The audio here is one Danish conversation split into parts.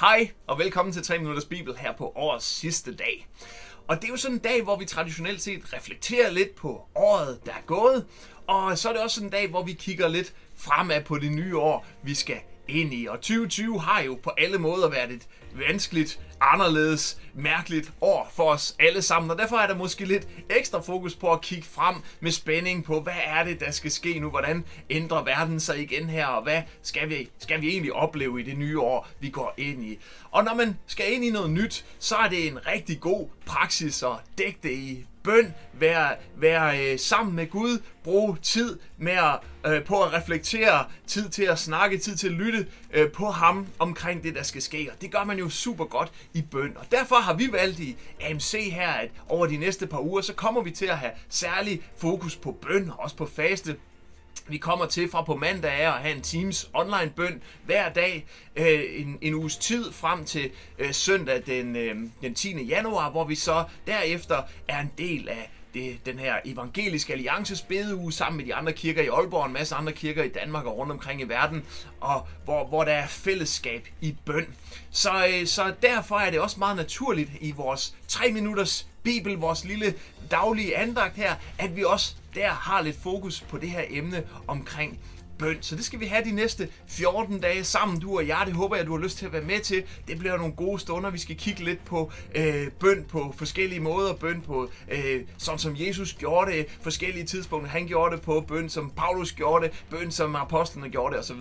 Hej og velkommen til 3 Minutters Bibel her på årets sidste dag. Og det er jo sådan en dag, hvor vi traditionelt set reflekterer lidt på året, der er gået. Og så er det også sådan en dag, hvor vi kigger lidt fremad på det nye år, vi skal ind i. Og 2020 har jo på alle måder været et vanskeligt, anderledes, mærkeligt år for os alle sammen. Og derfor er der måske lidt ekstra fokus på at kigge frem med spænding på, hvad er det, der skal ske nu? Hvordan ændrer verden sig igen her? Og hvad skal vi egentlig opleve i det nye år, vi går ind i? Og når man skal ind i noget nyt, så er det en rigtig god praksis at dække det i bøn, være sammen med Gud, bruge tid med på at reflektere, tid til at snakke, tid til at lytte på ham omkring det, der skal ske. Og det gør man jo super godt i bøn. Og derfor har vi valgt i AMC her, at over de næste par uger, så kommer vi til at have særlig fokus på bøn, også på faste. Vi kommer til fra på mandag af at have en Teams online bøn hver dag, en uges tid frem til søndag den 10. januar, hvor vi så derefter er en del af den her evangeliske alliances bedeuge sammen med de andre kirker i Aalborg og en masse andre kirker i Danmark og rundt omkring i verden, og hvor der er fællesskab i bøn. Så derfor er det også meget naturligt i vores 3 minutters Bibel, vores lille daglige andagt her, at vi også der har lidt fokus på det her emne omkring bøn. Så det skal vi have de næste 14 dage sammen, du og jeg. Det håber jeg, du har lyst til at være med til. Det bliver nogle gode stunder. Vi skal kigge lidt på bøn på forskellige måder. Bøn på sådan som Jesus gjorde det, forskellige tidspunkter. Han gjorde det på bøn, som Paulus gjorde det, bøn, som apostlene gjorde det osv.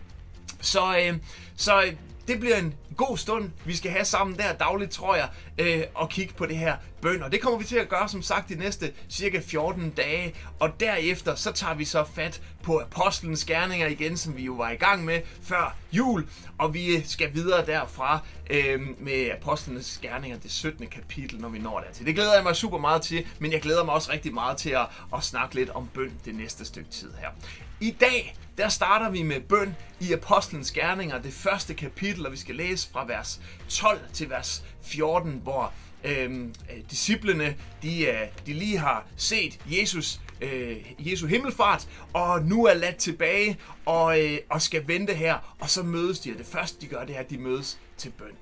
Så det bliver en god stund, vi skal have sammen der dagligt, tror jeg, og kigge på det her bøn. Og det kommer vi til at gøre, som sagt, de næste cirka 14 dage. Og derefter, så tager vi så fat på Apostlenes Gerninger igen, som vi jo var i gang med før jul. Og vi skal videre derfra med Apostlenes Gerninger, det 17. kapitel, når vi når dertil. Det glæder jeg mig super meget til, men jeg glæder mig også rigtig meget til at snakke lidt om bøn det næste stykke tid her. I dag, der starter vi med bøn i Apostlenes Gerninger, det første kapitel, og vi skal læse fra vers 12 til vers 14, hvor disciplene, de lige har set Jesu himmelfart, og nu er ladt tilbage og skal vente her, og så mødes de, og det første de gør, det er, at de mødes til bøn.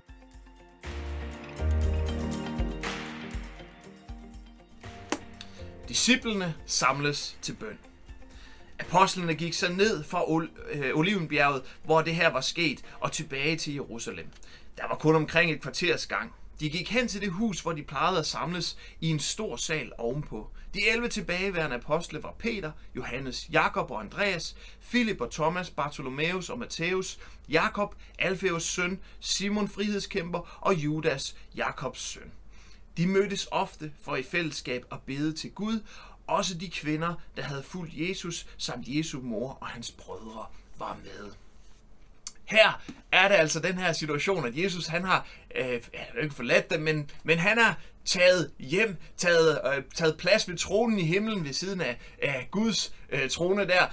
Disciplene samles til bøn. Apostlene gik så ned fra Olivenbjerget, hvor det her var sket, og tilbage til Jerusalem. Der var kun omkring et kvarters gang. De gik hen til det hus, hvor de plejede at samles i en stor sal ovenpå. De 11 tilbageværende apostle var Peter, Johannes, Jakob og Andreas, Filip og Thomas, Bartholomeus og Matthæus, Jakob, Alfæus søn, Simon frihedskæmper og Judas, Jakobs søn. De mødtes ofte for i fællesskab at bede til Gud. Også de kvinder, der havde fulgt Jesus, samt Jesu mor og hans brødre, var med. Her er det altså den her situation, at Jesus han har ikke forladt dem, men han har taget hjem, taget plads ved tronen i himlen ved siden af Guds trone der,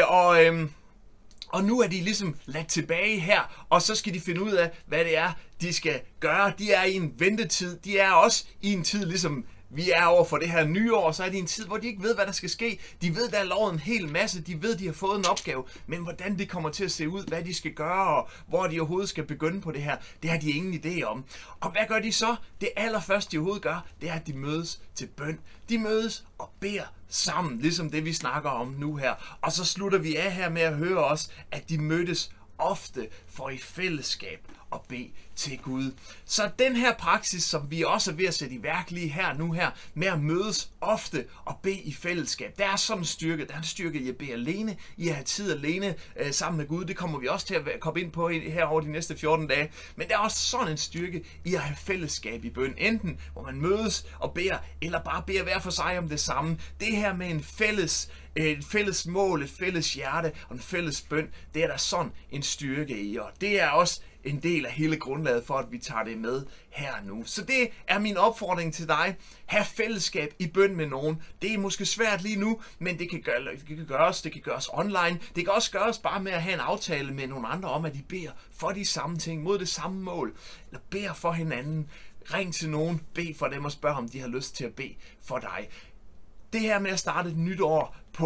og nu er de ligesom ladt tilbage her, og så skal de finde ud af, hvad det er, de skal gøre. De er i en ventetid, de er også i en tid ligesom vi er over for det her nye år, så er det en tid, hvor de ikke ved, hvad der skal ske. De ved, der er lovet en hel masse. De ved, de har fået en opgave. Men hvordan det kommer til at se ud, hvad de skal gøre, og hvor de overhovedet skal begynde på det her, det har de ingen idé om. Og hvad gør de så? Det allerførste, de overhovedet gør, det er, at de mødes til bøn. De mødes og beder sammen, ligesom det, vi snakker om nu her. Og så slutter vi af her med at høre også, at de mødtes ofte for i fællesskab og bede til Gud. Så den her praksis, som vi også er ved at sætte i værk lige her nu her, med at mødes ofte og bede i fællesskab, der er sådan en styrke. Der er en styrke i at bede alene, i at have tid alene sammen med Gud. Det kommer vi også til at komme ind på her over de næste 14 dage. Men der er også sådan en styrke i at have fællesskab i bøn. Enten hvor man mødes og beder, eller bare beder hver for sig om det samme. Det her med et fælles mål, et fælles hjerte og en fælles bøn, det er der sådan en styrke i. Og det er også en del af hele grundlaget for, at vi tager det med her nu. Så det er min opfordring til dig. Hav fællesskab i bøn med nogen. Det er måske svært lige nu, men det kan gøres online. Det kan også gøres bare med at have en aftale med nogle andre om, at de beder for de samme ting, mod det samme mål, eller beder for hinanden. Ring til nogen, bed for dem og spørg, om de har lyst til at bede for dig. Det her med at starte et nyt år på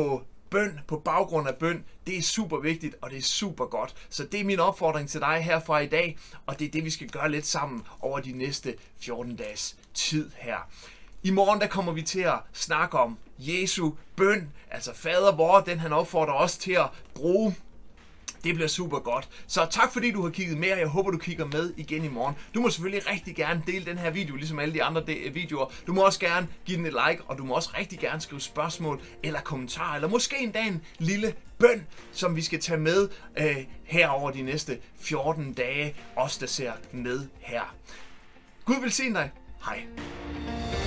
bøn på baggrund af bøn, det er super vigtigt, og det er super godt. Så det er min opfordring til dig herfra i dag, og det er det, vi skal gøre lidt sammen over de næste 14 dages tid her. I morgen der kommer vi til at snakke om Jesu bøn, altså Fader vor, den han opfordrer os til at bruge. Det bliver super godt. Så tak fordi du har kigget med, og jeg håber du kigger med igen i morgen. Du må selvfølgelig rigtig gerne dele den her video, ligesom alle de andre videoer. Du må også gerne give den et like, og du må også rigtig gerne skrive spørgsmål eller kommentarer, eller måske endda en lille bøn, som vi skal tage med her over de næste 14 dage. Os der ser med her. Gud velsigne dig. Hej.